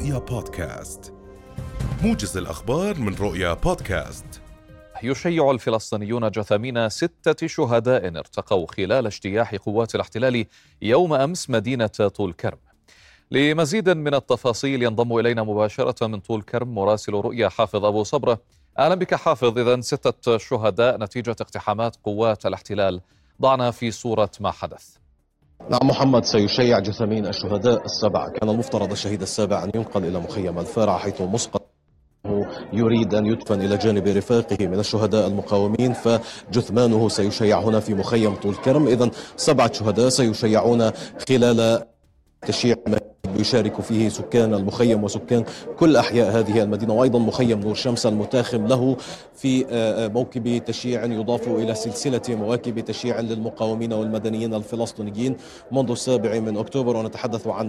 رؤيا بودكاست، موجز الأخبار من رؤيا بودكاست. يشيع الفلسطينيون جثامين 6 شهداء ارتقوا خلال اجتياح قوات الاحتلال يوم أمس مدينة طول كرم. لمزيد من التفاصيل ينضم إلينا مباشرة من طول كرم مراسل رؤيا حافظ أبو صبرة. أهلا بك حافظ. إذن 6 شهداء نتيجة اقتحامات قوات الاحتلال، ضعنا في صورة ما حدث. نعم محمد، سيشيع جثامين الشهداء 7. كان المفترض الشهيد السابع أن ينقل إلى مخيم الفارع حيث مسقط يريد أن يدفن إلى جانب رفاقه من الشهداء المقاومين، فجثمانه سيشيع هنا في مخيم طول كرم. إذن 7 شهداء سيشيعون خلال تشييع يشارك فيه سكان المخيم وسكان كل أحياء هذه المدينة، وأيضا مخيم نور شمس المتاخم له في موكب تشييع يضاف إلى سلسلة مواكب تشييع للمقاومين والمدنيين الفلسطينيين منذ 7 أكتوبر، ونتحدث عن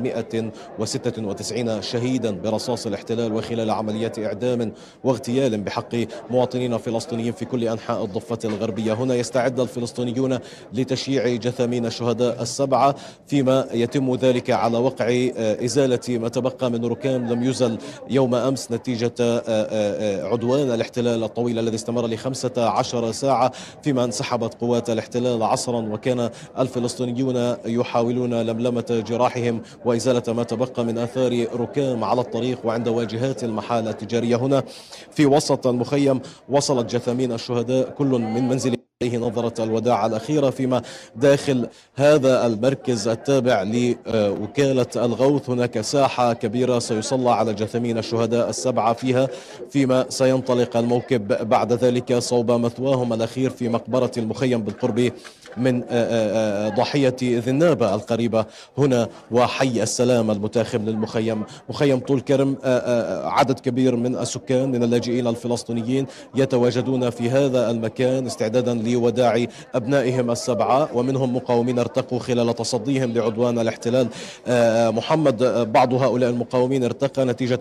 196 شهيدا برصاص الاحتلال وخلال عمليات إعدام واغتيال بحق مواطنين فلسطينيين في كل أنحاء الضفة الغربية. هنا يستعد الفلسطينيون لتشييع جثامين الشهداء 7، فيما يتم ذلك على وقع إزالة ما تبقى من ركام لم يزل يوم أمس نتيجة عدوان الاحتلال الطويل الذي استمر ل15 ساعة، فيما انسحبت قوات الاحتلال عصرا، وكان الفلسطينيون يحاولون لملمة جراحهم وإزالة ما تبقى من آثار ركام على الطريق وعند واجهات المحال التجارية. هنا في وسط المخيم وصلت جثامين الشهداء كل من منزل نظرة الوداع الأخيرة، فيما داخل هذا المركز التابع لوكالة الغوث هناك ساحة كبيرة سيصلى على جثامين الشهداء 7 فيها، فيما سينطلق الموكب بعد ذلك صوب مثواهم الأخير في مقبرة المخيم بالقرب من ضاحية ذنابة القريبة هنا وحي السلام المتاخم للمخيم. مخيم طول كرم عدد كبير من السكان من اللاجئين الفلسطينيين يتواجدون في هذا المكان استعدادا لوداع أبنائهم 7، ومنهم مقاومين ارتقوا خلال تصديهم لعدوان الاحتلال. محمد، بعض هؤلاء المقاومين ارتقى نتيجة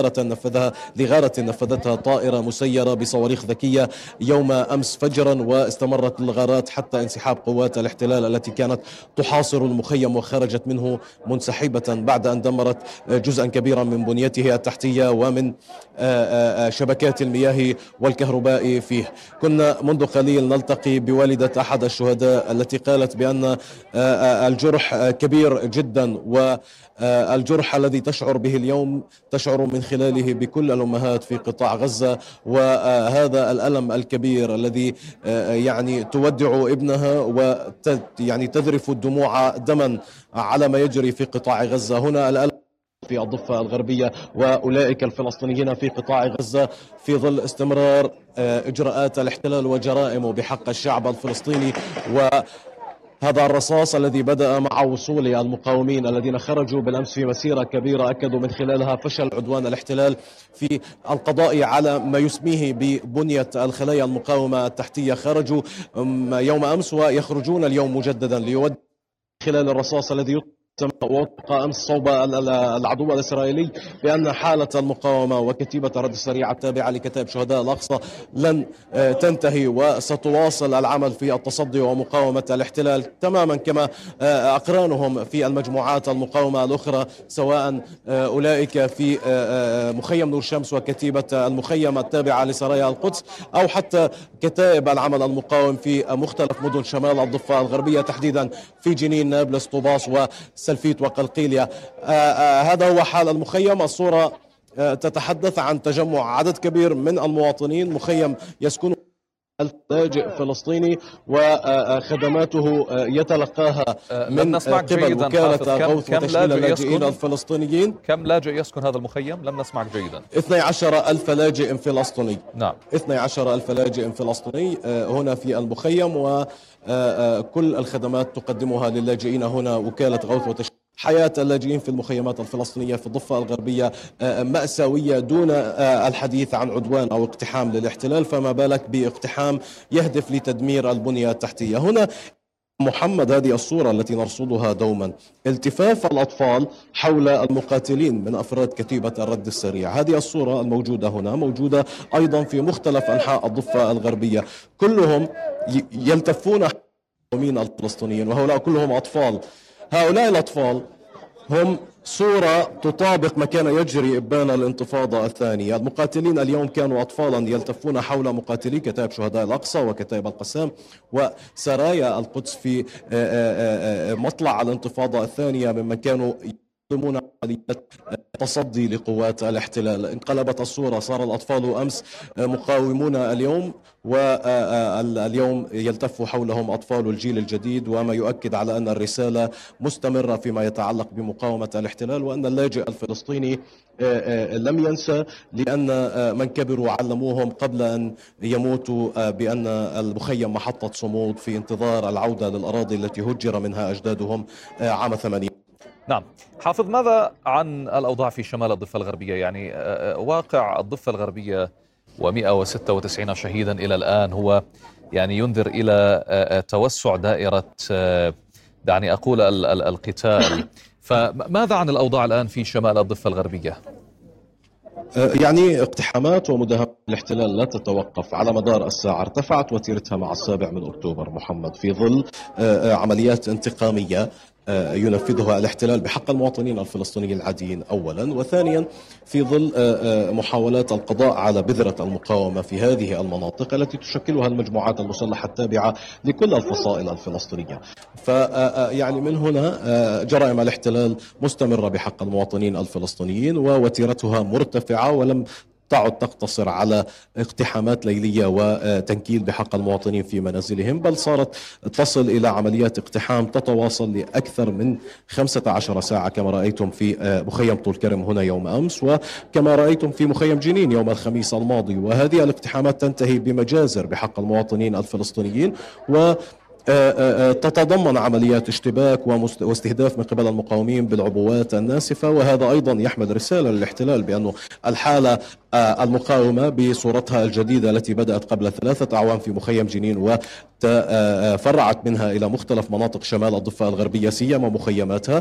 لغارة نفذتها طائرة مسيرة بصواريخ ذكية يوم أمس فجرا، واستمرت الغارات حتى انسحاب قوات الاحتلال التي كانت تحاصر المخيم وخرجت منه منسحبة بعد أن دمرت جزءا كبيرا من بنيته التحتية ومن شبكات المياه والكهرباء فيه. كنا منذ قليل نلتقي بوالدة أحد الشهداء التي قالت بأن الجرح كبير جدا، والجرح الذي تشعر به اليوم تشعر من خلاله بكل الأمهات في قطاع غزة، وهذا الألم الكبير الذي يعني تودع ابنها ويعني تذرف الدموع دما على ما يجري في قطاع غزة. هنا الألم في الضفة الغربية وأولئك الفلسطينيين في قطاع غزة في ظل استمرار إجراءات الاحتلال وجرائمه بحق الشعب الفلسطيني. وهذا الرصاص الذي بدأ مع وصول المقاومين الذين خرجوا بالأمس في مسيرة كبيرة أكدوا من خلالها فشل عدوان الاحتلال في القضاء على ما يسميه ببنية الخلايا المقاومة التحتية. خرجوا يوم أمس ويخرجون اليوم مجددا ليود خلال الرصاص الذي وقع أمس صوب العدو الإسرائيلي بأن حالة المقاومة وكتيبة الرد السريع التابعة لكتائب شهداء الأقصى لن تنتهي، وستواصل العمل في التصدي ومقاومة الاحتلال تماما كما أقرانهم في المجموعات المقاومة الأخرى، سواء أولئك في مخيم نور شمس وكتيبة المخيم التابعة لسرايا القدس، أو حتى كتائب العمل المقاوم في مختلف مدن شمال الضفة الغربية، تحديدا في جنين، نابلس، طوباس سلفيت وقلقيلية. هذا هو حال المخيم. الصورة تتحدث عن تجمع عدد كبير من المواطنين، مخيم يسكن 1000 لاجئ فلسطيني وخدماته يتلقاها من قبل وكالة غوث وتشغيل اللاجئين الفلسطينيين. كم لاجئ يسكن هذا المخيم؟ لم نسمعك جيدا. 12,000 لاجئ فلسطيني. نعم، 12,000 لاجئ فلسطيني هنا في المخيم، وكل الخدمات تقدمها للاجئين هنا وكالة غوث وتشغيل. حياة اللاجئين في المخيمات الفلسطينية في الضفة الغربية مأساوية دون الحديث عن عدوان أو اقتحام للاحتلال، فما بالك باقتحام يهدف لتدمير البنية التحتية. هنا محمد، هذه الصورة التي نرصدها دوما، التفاف الأطفال حول المقاتلين من أفراد كتيبة الرد السريع. هذه الصورة الموجودة هنا موجودة أيضا في مختلف أنحاء الضفة الغربية، كلهم يلتفون حول الفلسطينيين، وهؤلاء كلهم أطفال. هؤلاء الأطفال هم صورة تطابق ما كان يجري إبان الانتفاضة الثانية. المقاتلين اليوم كانوا أطفالا يلتفون حول مقاتلي كتائب شهداء الأقصى وكتائب القسام وسرايا القدس في مطلع الانتفاضة الثانية، ممن كانوا يقومون عمليات تصدي لقوات الاحتلال. انقلبت الصورة، صار الأطفال أمس مقاومون اليوم، واليوم يلتف حولهم أطفال الجيل الجديد، وما يؤكد على أن الرسالة مستمرة فيما يتعلق بمقاومة الاحتلال، وأن اللاجئ الفلسطيني لم ينسى، لأن من كبروا علموهم قبل أن يموتوا بأن المخيم محطة صمود في انتظار العودة للأراضي التي هجر منها أجدادهم عام 80. نعم حافظ، ماذا عن الأوضاع في شمال الضفة الغربية؟ يعني واقع الضفة الغربية و196 شهيدا إلى الآن هو يعني ينذر إلى توسع دائرة دعني أقول القتال، فماذا عن الأوضاع الآن في شمال الضفة الغربية؟ يعني اقتحامات ومداهمات الاحتلال لا تتوقف على مدار الساعة. ارتفعت وتيرتها مع 7 أكتوبر محمد في ظل عمليات انتقامية ينفذها الاحتلال بحق المواطنين الفلسطينيين العاديين أولا، وثانيا في ظل محاولات القضاء على بذرة المقاومة في هذه المناطق التي تشكلها المجموعات المسلحة التابعة لكل الفصائل الفلسطينية. فيعني من هنا جرائم الاحتلال مستمرة بحق المواطنين الفلسطينيين ووتيرتها مرتفعة، ولم تعد تقتصر على اقتحامات ليلية وتنكيل بحق المواطنين في منازلهم، بل صارت تصل إلى عمليات اقتحام تتواصل لأكثر من 15 ساعة كما رأيتم في مخيم طول كرم هنا يوم أمس، وكما رأيتم في مخيم جنين يوم الخميس الماضي. وهذه الاقتحامات تنتهي بمجازر بحق المواطنين الفلسطينيين تتضمن عمليات اشتباك واستهداف من قبل المقاومين بالعبوات الناسفة. وهذا أيضا يحمل رسالة للاحتلال بأنه الحالة المقاومة بصورتها الجديدة التي بدأت قبل 3 أعوام في مخيم جنين وتفرعت منها إلى مختلف مناطق شمال الضفة الغربية سيما مخيماتها،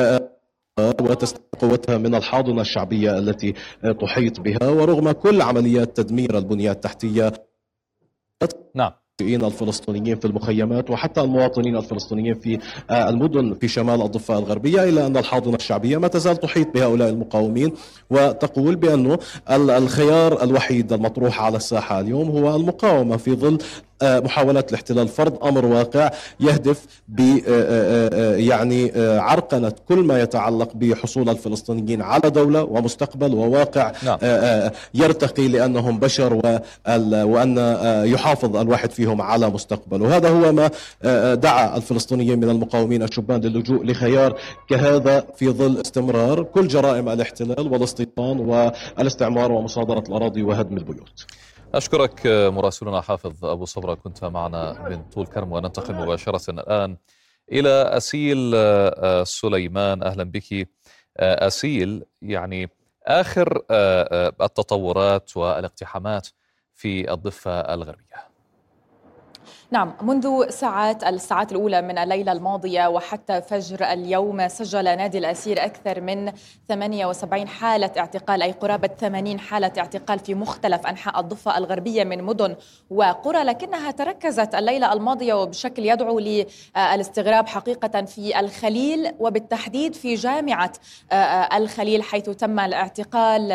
وتستمد قوتها من الحاضنة الشعبية التي تحيط بها. ورغم كل عمليات تدمير البنية التحتية نعم الفلسطينيين في المخيمات وحتى المواطنين الفلسطينيين في المدن في شمال الضفة الغربية، إلا أن الحاضنة الشعبية ما تزال تحيط بهؤلاء المقاومين وتقول بأنه الخيار الوحيد المطروح على الساحة اليوم هو المقاومة في ظل محاولات الاحتلال فرض أمر واقع يهدف ب يعني عرقلة كل ما يتعلق بحصول الفلسطينيين على دولة ومستقبل وواقع يرتقي لأنهم بشر، وأن يحافظ الواحد فيهم على مستقبل. وهذا هو ما دعا الفلسطينيين من المقاومين الشبان للجوء لخيار كهذا في ظل استمرار كل جرائم الاحتلال والاستيطان والاستعمار ومصادرة الأراضي وهدم البيوت. أشكرك مراسلنا حافظ أبو صبرة، كنت معنا من طول كرم. وننتقل مباشرة الآن إلى أسيل سليمان. أهلا بك أسيل. يعني آخر التطورات والاقتحامات في الضفة الغربية. نعم، منذ الساعات الأولى من الليلة الماضية وحتى فجر اليوم سجل نادي الأسير أكثر من 78 حالة اعتقال، أي قرابة 80 حالة اعتقال في مختلف أنحاء الضفة الغربية من مدن وقرى، لكنها تركزت الليلة الماضية وبشكل يدعو للاستغراب حقيقة في الخليل، وبالتحديد في جامعة الخليل، حيث تم الاعتقال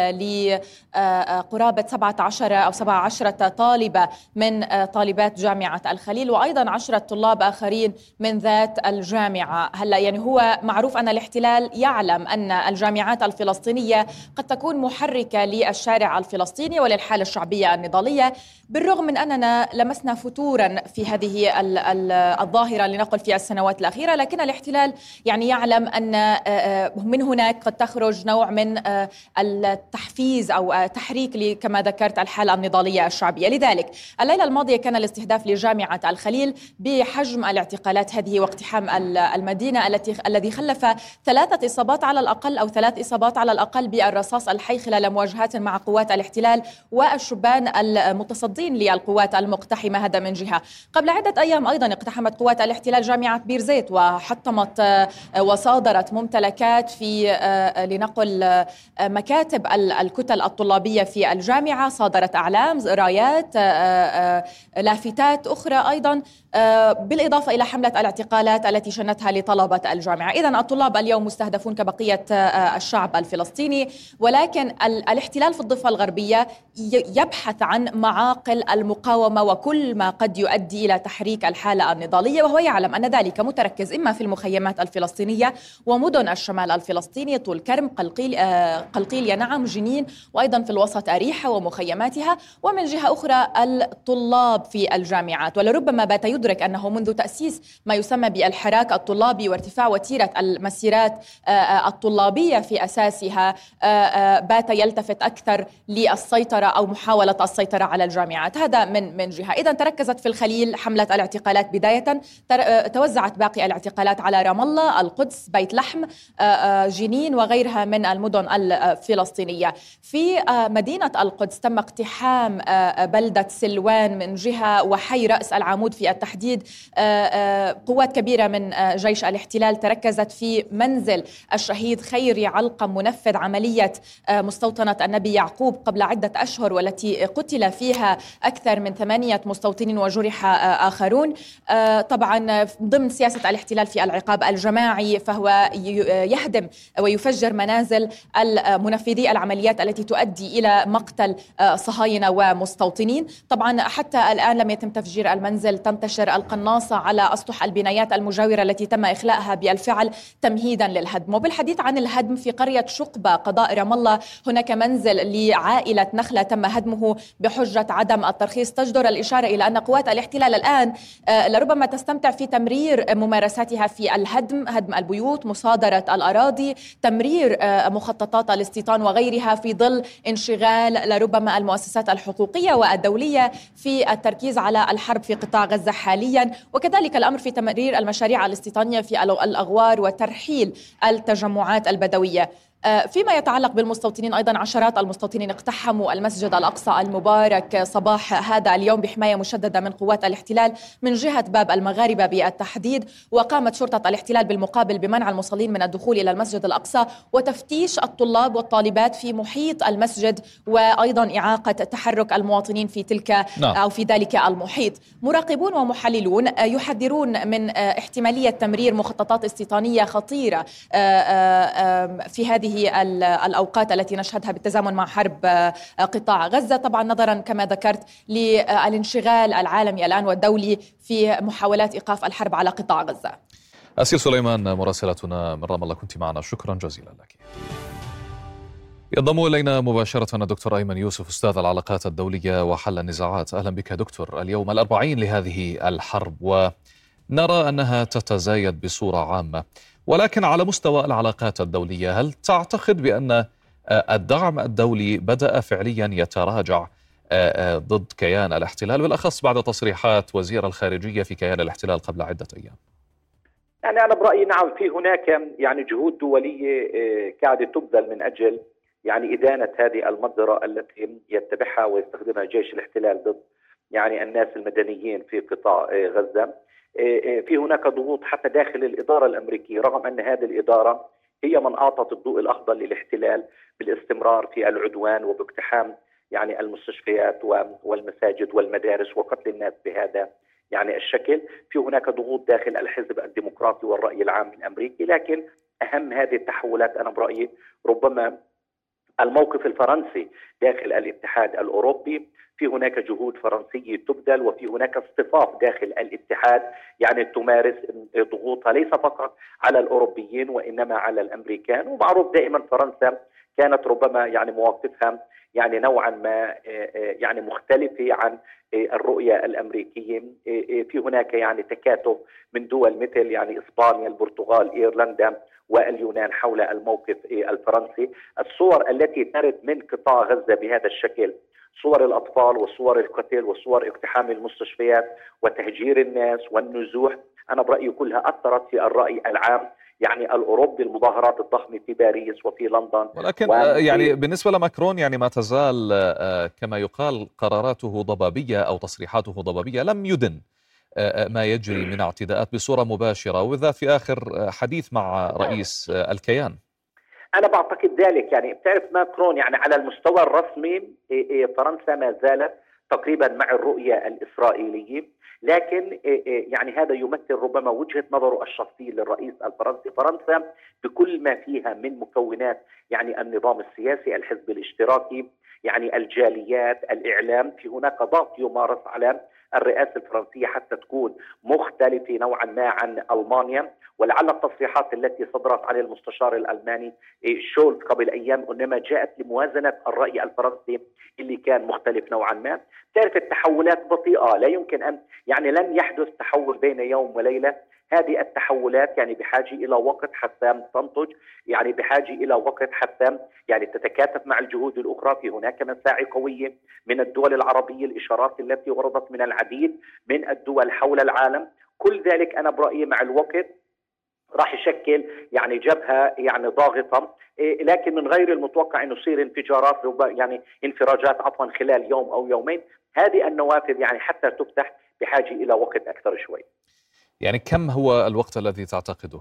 لقرابة 17 طالبة من طالبات جامعة الخليل، وأيضا 10 طلاب آخرين من ذات الجامعة. هلا يعني هو معروف أن الاحتلال يعلم أن الجامعات الفلسطينية قد تكون محركة للشارع الفلسطيني وللحالة الشعبية النضالية، بالرغم من أننا لمسنا فتورا في هذه الظاهرة لنقل في السنوات الأخيرة، لكن الاحتلال يعني يعلم أن من هناك قد تخرج نوع من التحفيز أو تحريك كما ذكرت الحالة النضالية الشعبية. لذلك الليلة الماضية كان الاستهداف لجامعة الخليل بحجم الاعتقالات هذه واقتحام المدينة الذي خلف 3 إصابات على الأقل أو 3 إصابات على الأقل بالرصاص الحي خلال مواجهات مع قوات الاحتلال والشبان المتصدين للقوات المقتحمة. هذا من جهة. قبل عدة أيام أيضا اقتحمت قوات الاحتلال جامعة بير زيت وحطمت وصادرت ممتلكات في لنقل مكاتب الكتل الطلابية في الجامعة، صادرت أعلام، رايات، لافتات أخرى الأخرى أيضا بالإضافة إلى حملة الاعتقالات التي شنتها لطلبة الجامعة. إذن الطلاب اليوم مستهدفون كبقية الشعب الفلسطيني، ولكن الاحتلال في الضفة الغربية يبحث عن معاقل المقاومة وكل ما قد يؤدي إلى تحريك الحالة النضالية، وهو يعلم أن ذلك متركز إما في المخيمات الفلسطينية ومدن الشمال الفلسطيني طول كرم، قلقيل ينعم، جنين، وأيضا في الوسط أريحة ومخيماتها، ومن جهة أخرى الطلاب في الجامعات. ولربما بات يدرك أنه منذ تأسيس ما يسمى بالحراك الطلابي وارتفاع وتيرة المسيرات الطلابية في أساسها بات يلتفت أكثر للسيطرة أو محاولة السيطرة على الجامعات. هذا من جهة. إذن تركزت في الخليل حملة الاعتقالات بداية، توزعت باقي الاعتقالات على رام الله، القدس، بيت لحم، جنين وغيرها من المدن الفلسطينية. في مدينة القدس تم اقتحام بلدة سلوان من جهة وحي رأس العمود في التحديد. قوات كبيرة من جيش الاحتلال تركزت في منزل الشهيد خيري علقم منفذ عملية مستوطنة النبي يعقوب قبل عدة أشهر، والتي قتل فيها أكثر من 8 مستوطنين وجرح آخرون. طبعا ضمن سياسة الاحتلال في العقاب الجماعي، فهو يهدم ويفجر منازل منفذي العمليات التي تؤدي إلى مقتل صهاينة ومستوطنين. طبعا حتى الآن لم يتم تفجير المنزل، تنتشر القناصة على أسطح البنايات المجاورة التي تم إخلاءها بالفعل تمهيدا للهدم. وبالحديث عن الهدم، في قرية شقبة قضاء رام الله هناك منزل لعائلة نخلة تم هدمه بحجة عدم الترخيص. تجدر الإشارة إلى أن قوات الاحتلال الآن لربما تستمتع في تمرير ممارساتها في الهدم، هدم البيوت، مصادرة الأراضي، تمرير مخططات الاستيطان وغيرها، في ظل انشغال لربما المؤسسات الحقوقية والدولية في التركيز على الحرب في قطاع غزة حاليا، وكذلك الأمر في تمرير المشاريع الاستيطانية في الأغوار وترحيل التجمعات البدوية. فيما يتعلق بالمستوطنين أيضا، عشرات المستوطنين اقتحموا المسجد الأقصى المبارك صباح هذا اليوم بحماية مشددة من قوات الاحتلال من جهة باب المغاربة بالتحديد. وقامت شرطة الاحتلال بالمقابل بمنع المصلين من الدخول إلى المسجد الأقصى وتفتيش الطلاب والطالبات في محيط المسجد، وأيضا إعاقة تحرك المواطنين في تلك أو في ذلك المحيط. مراقبون ومحللون يحذرون من احتمالية تمرير مخططات استيطانية خطيرة في هذه الأوقات التي نشهدها بالتزامن مع حرب قطاع غزة، طبعا نظرا كما ذكرت للانشغال العالمي الآن والدولي في محاولات إيقاف الحرب على قطاع غزة. أسيل سليمان مراسلتنا من رام الله، كنت معنا، شكرا جزيلا لك. ينضم إلينا مباشرة الدكتور أيمن يوسف، أستاذ العلاقات الدولية وحل النزاعات. أهلا بك دكتور. اليوم 40 لهذه الحرب، ونرى أنها تتزايد بصورة عامة، ولكن على مستوى العلاقات الدولية، هل تعتقد بأن الدعم الدولي بدأ فعليا يتراجع ضد كيان الاحتلال، بالأخص بعد تصريحات وزير الخارجية في كيان الاحتلال قبل عدة أيام؟ يعني أنا برأيي نعم، في هناك يعني جهود دولية قاعدة تبذل من أجل يعني إدانة هذه المجزرة التي يتبعها ويستخدمها جيش الاحتلال ضد يعني الناس المدنيين في قطاع غزة. في هناك ضغوط حتى داخل الإدارة الأمريكية، رغم أن هذه الإدارة هي من أعطت الضوء الأخضر للاحتلال بالاستمرار في العدوان وباقتحام يعني المستشفيات والمساجد والمدارس وقتل الناس بهذا يعني الشكل. في هناك ضغوط داخل الحزب الديمقراطي والرأي العام الأمريكي، لكن أهم هذه التحولات أنا برأيي ربما الموقف الفرنسي داخل الاتحاد الأوروبي. في هناك جهود فرنسية تبذل، وفي هناك اصطفاف داخل الاتحاد يعني تمارس ضغوطها ليس فقط على الأوروبيين وإنما على الأمريكان. ومعروف دائما فرنسا كانت ربما يعني مواقفها يعني نوعا ما يعني مختلفة عن الرؤية الأمريكية. في هناك يعني تكاتف من دول مثل يعني إسبانيا، البرتغال، إيرلندا واليونان حول الموقف الفرنسي. الصور التي ترد من قطاع غزة بهذا الشكل، صور الأطفال وصور القتل وصور اقتحام المستشفيات وتهجير الناس والنزوح، أنا برأيي كلها أثرت في الرأي العام يعني الأوروبي. المظاهرات الضخمة في باريس وفي لندن، ولكن يعني بالنسبة لماكرون يعني ما تزال كما يقال قراراته ضبابية أو تصريحاته ضبابية، لم يدن ما يجري من اعتداءات بصورة مباشرة، وذات في آخر حديث مع رئيس الكيان. أنا بعتقد ذلك. يعني بتعرف ماكرون يعني على المستوى الرسمي فرنسا ما زالت تقريبا مع الرؤية الإسرائيلية، لكن يعني هذا يمثل ربما وجهة نظره الشخصية للرئيس الفرنسي. فرنسا بكل ما فيها من مكونات يعني النظام السياسي، الحزب الاشتراكي، يعني الجاليات، الإعلام، في هناك ضغط يمارس على الرئاسة الفرنسية حتى تكون مختلفة نوعا ما عن ألمانيا. ولعل التصريحات التي صدرت عن المستشار الألماني شولز قبل أيام إنما جاءت لموازنة الرأي الفرنسي اللي كان مختلف نوعا ما. تعرف التحولات بطيئة، لا يمكن أن يعني لن يحدث تحول بين يوم وليلة. هذه التحولات يعني بحاجة إلى وقت حتى تنتج، يعني بحاجة إلى وقت حتى يعني تتكاتف مع الجهود الأخرى. في هناك مساعي قوية من الدول العربية، الإشارات التي وردت من العديد من الدول حول العالم. كل ذلك أنا برأيي مع الوقت راح يشكل يعني جبهة يعني ضاغطة، لكن من غير المتوقع أن يصير انفجارات يعني انفراجات خلال يوم أو يومين. هذه النوافذ يعني حتى تفتح بحاجة إلى وقت أكثر شوي. يعني كم هو الوقت الذي تعتقده؟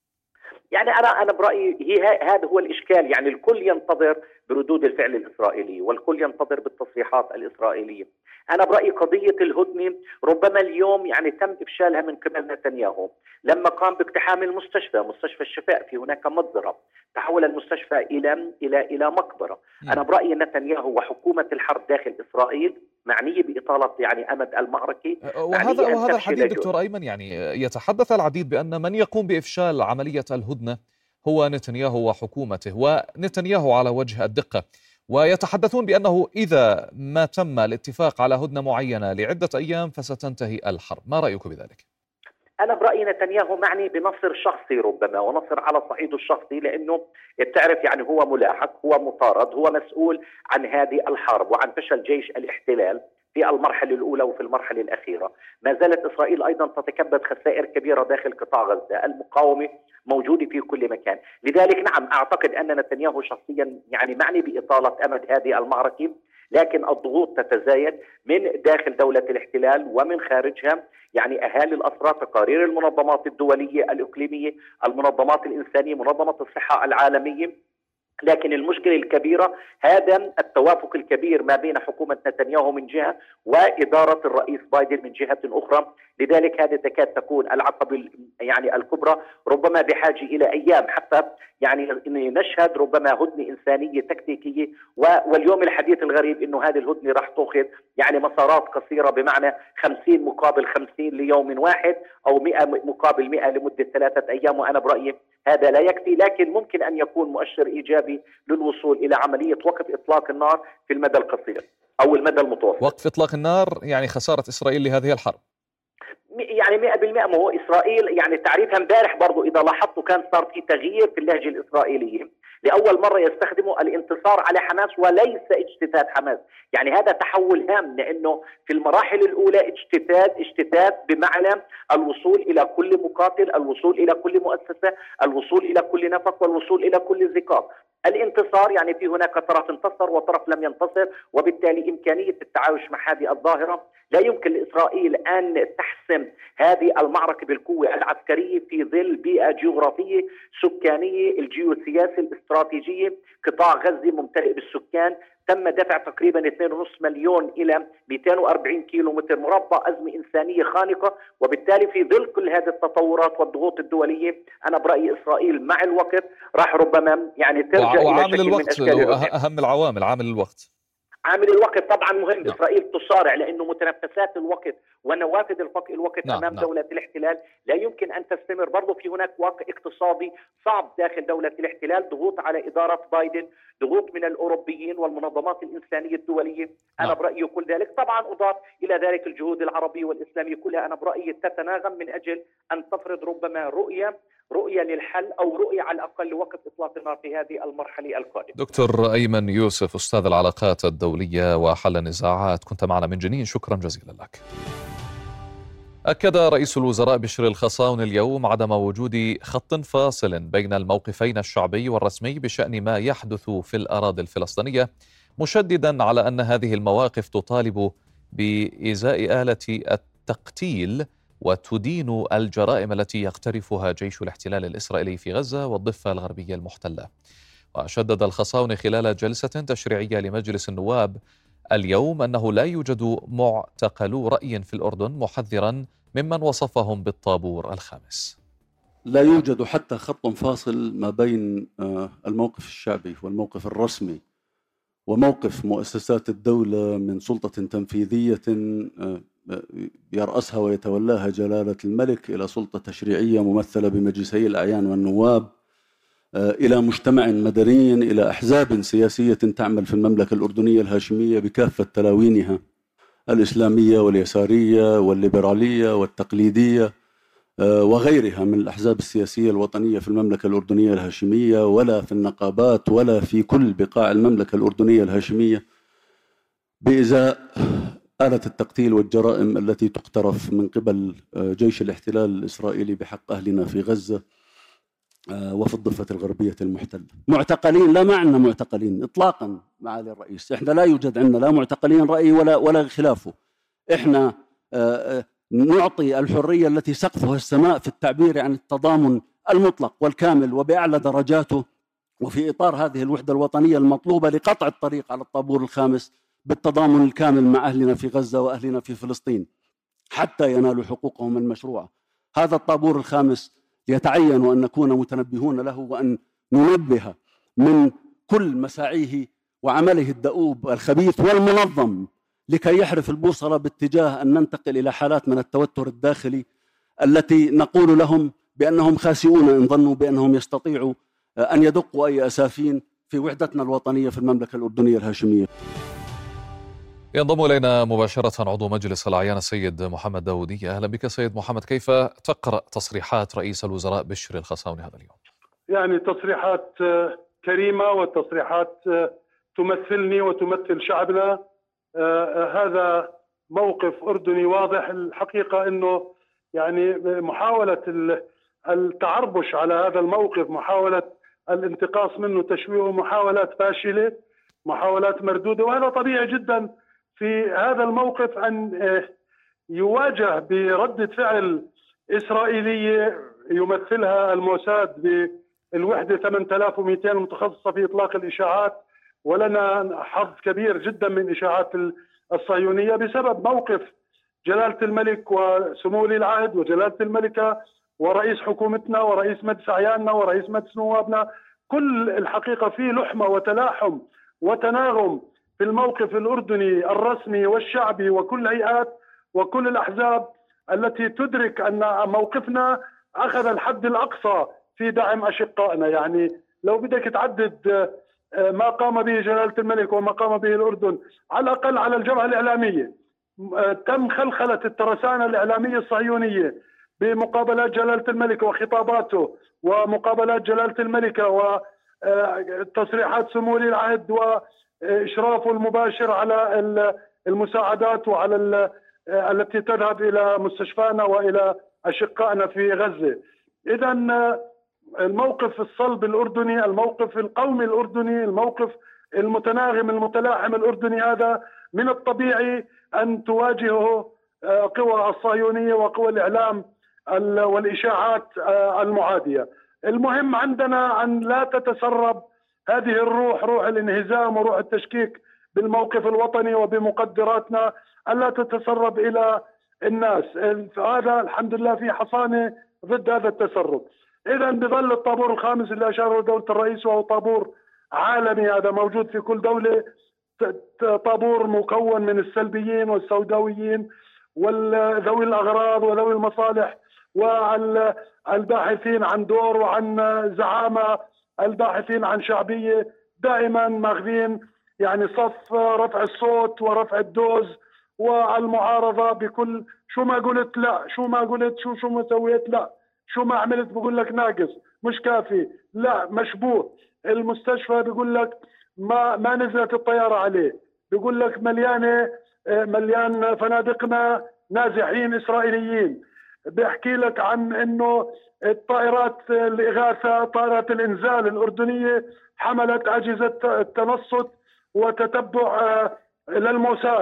يعني أنا برأيي هذا هو الإشكال. يعني الكل ينتظر بردود الفعل الإسرائيلي والكل ينتظر بالتصريحات الإسرائيلية. أنا برأيي قضية الهدنة ربما اليوم يعني تم إفشالها من قبل نتنياهو لما قام باقتحام مستشفى الشفاء. في هناك مجزرة، تحول المستشفى إلى مقبرة. أنا برأيي نتنياهو وحكومة الحرب داخل إسرائيل معنية بإطالة يعني أمد المعركة. وهذا الحديث دكتور أيمن يعني يتحدث العديد بأن من يقوم بإفشال عملية الهدنة هو نتنياهو وحكومته، ونتنياهو على وجه الدقة، ويتحدثون بأنه إذا ما تم الاتفاق على هدنة معينة لعدة أيام فستنتهي الحرب. ما رأيك بذلك؟ أنا برأيي نتنياهو معني بنصر شخصي ربما، ونصر على صعيده الشخصي، لأنه بتعرف يعني هو ملاحق، هو مطارد، هو مسؤول عن هذه الحرب وعن فشل جيش الاحتلال في المرحلة الأولى وفي المرحلة الأخيرة. ما زالت إسرائيل أيضا تتكبد خسائر كبيرة داخل قطاع غزة، المقاومة موجودة في كل مكان. لذلك نعم أعتقد أن نتنياهو شخصيا يعني معني بإطالة أمد هذه المعركة، لكن الضغوط تتزايد من داخل دولة الاحتلال ومن خارجها. يعني أهالي الأسرى، تقارير المنظمات الدولية الإقليمية، المنظمات الإنسانية، منظمة الصحة العالمية. لكن المشكلة الكبيرة هذا التوافق الكبير ما بين حكومة نتنياهو من جهة وإدارة الرئيس بايدن من جهة أخرى. لذلك هذه تكاد تكون العقبة يعني الكبرى، ربما بحاجة إلى أيام حتى يعني نشهد ربما هدنة إنسانية تكتيكية. واليوم الحديث الغريب إنه هذه الهدنة راح تأخذ يعني مسارات قصيرة، بمعنى 50 مقابل 50 ليوم واحد، أو 100 مقابل 100 لمدة 3 أيام. وأنا برأيي هذا لا يكفي، لكن ممكن أن يكون مؤشر إيجابي للوصول إلى عملية وقف إطلاق النار في المدى القصير أو المدى المتوسط. وقف إطلاق النار يعني خسارة إسرائيل لهذه الحرب يعني 100%. ما هو إسرائيل يعني تعريفها امبارح برضو إذا لاحظتوا كان صار في تغيير في اللهجة الإسرائيلية. لأول مرة يستخدموا الانتصار على حماس وليس اجتثاث حماس. يعني هذا تحول هام، لأنه في المراحل الأولى اجتثاث بمعنى الوصول إلى كل مقاتل، الوصول إلى كل مؤسسة، الوصول إلى كل نفق، والوصول إلى كل زقاق. الانتصار يعني في هناك طرف انتصر وطرف لم ينتصر، وبالتالي إمكانية التعايش مع هذه الظاهرة. لا يمكن لإسرائيل أن تحسم هذه المعركة بالقوة العسكرية في ظل بيئة جغرافية سكانية الجيوسياسي الاستراتيجية. قطاع غزة ممتلئ بالسكان، تم دفع تقريبا 2.5 مليون إلى 240 كيلو متر مربع، أزمة إنسانية خانقة. وبالتالي في ظل كل هذه التطورات والضغوط الدولية أنا برأيي إسرائيل مع الوقت راح ربما يعني ترجع وعامل إلى الوقت أهم العوامل. عامل الوقت طبعا مهم. نعم. إسرائيل تصارع لأنه متنفسات الوقت ونوافذ الوقت نعم. أمام دولة الاحتلال لا يمكن أن تستمر. برضو في هناك واقع اقتصادي صعب داخل دولة الاحتلال، ضغوط على إدارة بايدن، ضغوط من الأوروبيين والمنظمات الإنسانية الدولية. أنا برأيي كل ذلك طبعا أضاف إلى ذلك الجهود العربية والإسلامية كلها أنا برأيي تتناغم من أجل أن تفرض ربما رؤية للحل أو رؤية على الأقل لوقف إطلاق النار في هذه المرحلة القادمة. دكتور أيمن يوسف، أستاذ العلاقات الدولية وحل النزاعات، كنت معنا من جنين، شكرا جزيلا لك. أكد رئيس الوزراء بشر الخصاون اليوم عدم وجود خط فاصل بين الموقفين الشعبي والرسمي بشأن ما يحدث في الأراضي الفلسطينية، مشددا على أن هذه المواقف تطالب بإزاء آلة التقتيل وتدين الجرائم التي يقترفها جيش الاحتلال الإسرائيلي في غزة والضفة الغربية المحتلة. وشدد الخصاون خلال جلسة تشريعية لمجلس النواب اليوم أنه لا يوجد معتقلو رأي في الأردن، محذرا ممن وصفهم بالطابور الخامس. لا يوجد حتى خط فاصل ما بين الموقف الشعبي والموقف الرسمي وموقف مؤسسات الدولة من سلطة تنفيذية يرأسها ويتولاها جلالة الملك، إلى سلطة تشريعية ممثلة بمجلسي الأعيان والنواب، إلى مجتمع مدني، إلى أحزاب سياسية تعمل في المملكة الأردنية الهاشمية بكافة تلاوينها الإسلامية واليسارية والليبرالية والتقليدية وغيرها من الأحزاب السياسية الوطنية في المملكة الأردنية الهاشمية، ولا في النقابات ولا في كل بقاع المملكة الأردنية الهاشمية، بإزاء آلة التقتيل والجرائم التي تقترف من قبل جيش الاحتلال الإسرائيلي بحق أهلنا في غزة وفي الضفة الغربية المحتلة. معتقلين؟ لا، ما عندنا معتقلين إطلاقا معالي الرئيس. إحنا لا يوجد عندنا لا معتقلين رأي ولا خلافه. إحنا نعطي الحرية التي سقفها السماء في التعبير عن التضامن المطلق والكامل وبأعلى درجاته، وفي إطار هذه الوحدة الوطنية المطلوبة لقطع الطريق على الطابور الخامس بالتضامن الكامل مع أهلنا في غزة وأهلنا في فلسطين حتى ينالوا حقوقهم المشروعة. هذا الطابور الخامس يتعين أن نكون متنبهون له، وأن ننبه من كل مساعيه وعمله الدؤوب الخبيث والمنظم لكي يحرف البوصلة باتجاه أن ننتقل إلى حالات من التوتر الداخلي التي نقول لهم بأنهم خاسئون إن ظنوا بأنهم يستطيعوا أن يدقوا أي أسافين في وحدتنا الوطنية في المملكة الأردنية الهاشمية. ينضم إلينا مباشرة عضو مجلس الأعيان السيد محمد داودي. أهلا بك سيد محمد، كيف تقرأ تصريحات رئيس الوزراء بشر الخصاوني هذا اليوم؟ يعني تصريحات كريمة وتصريحات تمثلني وتمثل شعبنا. هذا موقف أردني واضح. الحقيقة أنه يعني محاولة التعربش على هذا الموقف، محاولة الانتقاص منه، تشويهه، محاولات فاشلة، محاولات مردودة، وهذا طبيعي جدا في هذا الموقف أن يواجه بردة فعل إسرائيلية يمثلها الموساد بالوحدة 8200 المتخصصة في إطلاق الإشاعات، ولنا حظ كبير جدا من إشاعات الصهيونية بسبب موقف جلالة الملك وسمو ولي العهد وجلالة الملكة ورئيس حكومتنا ورئيس مجلس أعياننا ورئيس مجلس نوابنا. كل الحقيقة فيه لحمة وتلاحم وتناغم في الموقف الأردني الرسمي والشعبي وكل الهيئات وكل الأحزاب التي تدرك أن موقفنا أخذ الحد الأقصى في دعم أشقائنا. يعني لو بدك تعدد ما قام به جلالة الملك وما قام به الأردن، على الأقل على الجبهة الإعلامية تم خلخلة الترسانة الإعلامية الصهيونية بمقابلات جلالة الملك وخطاباته ومقابلات جلالة الملكة وتصريحات سمو ولي العهد وإشرافه المباشر على المساعدات وعلى التي تذهب إلى مستشفانا وإلى أشقائنا في غزة. إذن الموقف الصلب الأردني، الموقف القومي الأردني، الموقف المتناغم المتلاحم الأردني، هذا من الطبيعي أن تواجهه قوى الصهيونية وقوى الإعلام والإشاعات المعادية. المهم عندنا أن لا تتسرب هذه الروح، روح الانهزام وروح التشكيك بالموقف الوطني وبمقدراتنا، ألا تتسرب إلى الناس. هذا الحمد لله في حصانة ضد هذا التسرب. إذا بظل الطابور الخامس اللي أشار دولة الرئيس، وهو طابور عالمي، هذا موجود في كل دولة، طابور مكون من السلبيين والسوداويين وذوي الأغراض وذوي المصالح والباحثين عن دور وعن زعامة، الباحثين عن شعبية، دائما ماخذين يعني صف رفع الصوت ورفع الدوز والمعارضة بكل شو ما قلت لا، شو ما قلت شو ما سويت لا، شو ما عملت بقول لك ناقص، مش كافي، لا مشبوه. المستشفى بيقول لك ما نزلت الطيارة عليه، بيقول لك مليان فنادقنا نازحين إسرائيليين. بيحكي لك عن انه الطائرات الإغاثة، طائرات الإنزال الأردنية حملت أجهزة التنصت وتتبع للموساد.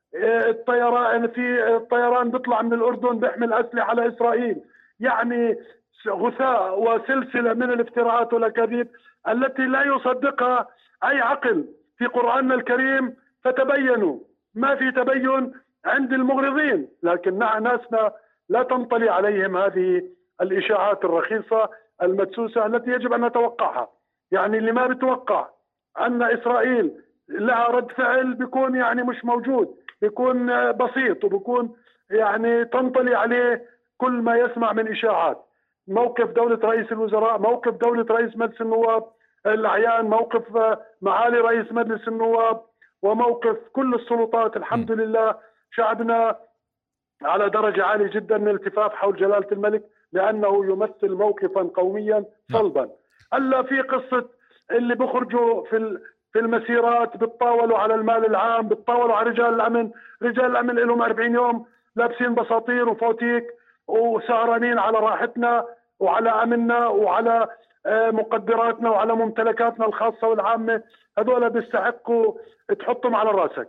الطيران بيطلع من الأردن بيحمل أسلحة على إسرائيل. يعني غثاء وسلسلة من الافتراءات والأكاذيب التي لا يصدقها أي عقل. في قرآننا الكريم فتبينوا. ما في تبين عند المغرضين، لكن ناسنا لا تنطلي عليهم هذه الإشاعات الرخيصة المدسوسة التي يجب أن نتوقعها. يعني اللي ما بتوقع أن إسرائيل لها رد فعل بيكون يعني مش موجود، بيكون بسيط، وبيكون يعني تنطلي عليه كل ما يسمع من إشاعات. موقف دولة رئيس الوزراء، موقف دولة رئيس مجلس النواب الأعيان، موقف معالي رئيس مجلس النواب، وموقف كل السلطات. الحمد لله شعبنا على درجة عالية جدا من الالتفاف حول جلالة الملك، لأنه يمثل موقفا قوميا صلبا. ألا في قصة اللي بخرجوا في المسيرات بتطاولوا على المال العام، بتطاولوا على رجال الأمن. رجال الأمن لهم 40 يوم لابسين بساطير وفوتيك وسهرانين على راحتنا وعلى أمننا وعلى مقدراتنا وعلى ممتلكاتنا الخاصة والعامة. هذول بيستحقوا تحطهم على راسك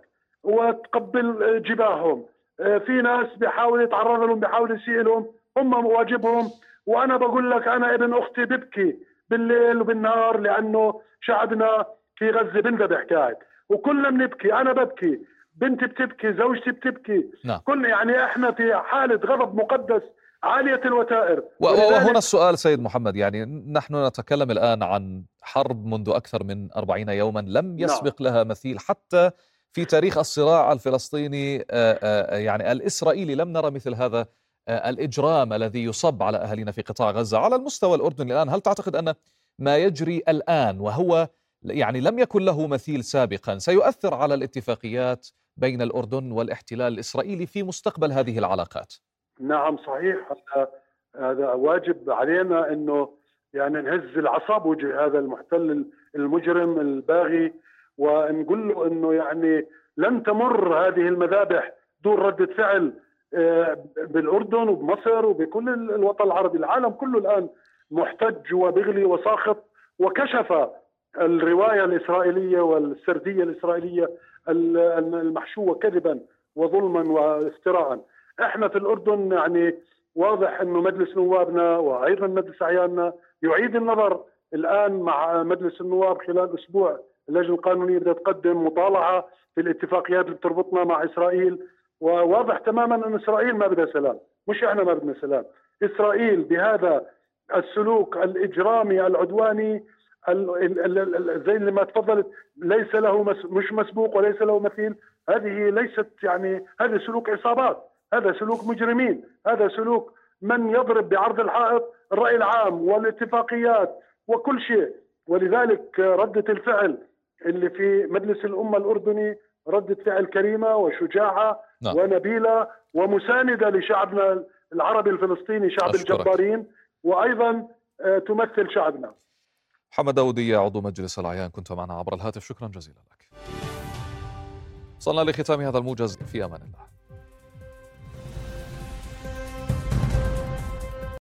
وتقبل جباههم. في ناس بيحاول يتعرض لهم، بيحاول يسيء لهم، هم واجبهم. وأنا بقول لك أنا ابن أختي ببكي بالليل وبالنهار لأنه شعبنا في غزة بنذبح قاعد، وكلنا بنبكي. أنا ببكي، بنتي بتبكي، زوجتي بتبكي. نعم. كل يعني احنا في حالة غضب مقدس عالية الوتائر. وهنا السؤال سيد محمد، يعني نحن نتكلم الآن عن حرب منذ أكثر من 40 يوما لم يسبق لها مثيل حتى في تاريخ الصراع الفلسطيني يعني الإسرائيلي. لم نرى مثل هذا الإجرام الذي يصب على أهالينا في قطاع غزة على المستوى الأردني الآن. هل تعتقد أن ما يجري الآن وهو يعني لم يكن له مثيل سابقا سيؤثر على الاتفاقيات بين الأردن والاحتلال الإسرائيلي في مستقبل هذه العلاقات؟ نعم صحيح. هذا واجب علينا انه يعني نهز العصا بوجه هذا المحتل المجرم الباغي، ونقول له انه يعني لن تمر هذه المذابح دون ردة فعل بالاردن وبمصر وبكل الوطن العربي. العالم كله الان محتج وبغلي وساخط، وكشف الرواية الإسرائيلية والسردية الإسرائيلية المحشوة كذبا وظلما وافتراء. احنا في الأردن يعني واضح انه مجلس نوابنا وايضا مجلس اعياننا يعيد النظر الان مع مجلس النواب. خلال اسبوع اللجنة القانونية بدها تقدم مطالعة في الاتفاقيات اللي بتربطنا مع اسرائيل، وواضح تماما ان اسرائيل ما بدها سلام، مش احنا ما بدنا سلام. اسرائيل بهذا السلوك الاجرامي العدواني زي اللي ما تفضلت ليس له مش مسبوق وليس له مثيل. هذه ليست يعني هذا سلوك عصابات، هذا سلوك مجرمين، هذا سلوك من يضرب بعرض الحائط الرأي العام والاتفاقيات وكل شيء. ولذلك ردة الفعل اللي في مجلس الأمة الأردني ردة فعل كريمة وشجاعة ونبيلة ومساندة لشعبنا العربي الفلسطيني، شعب الجبارين، وأيضا تمثل شعبنا. محمد داودية عضو مجلس الأعيان كنت معنا عبر الهاتف، شكرا جزيلا لك. وصلنا لختام هذا الموجز، في أمان الله.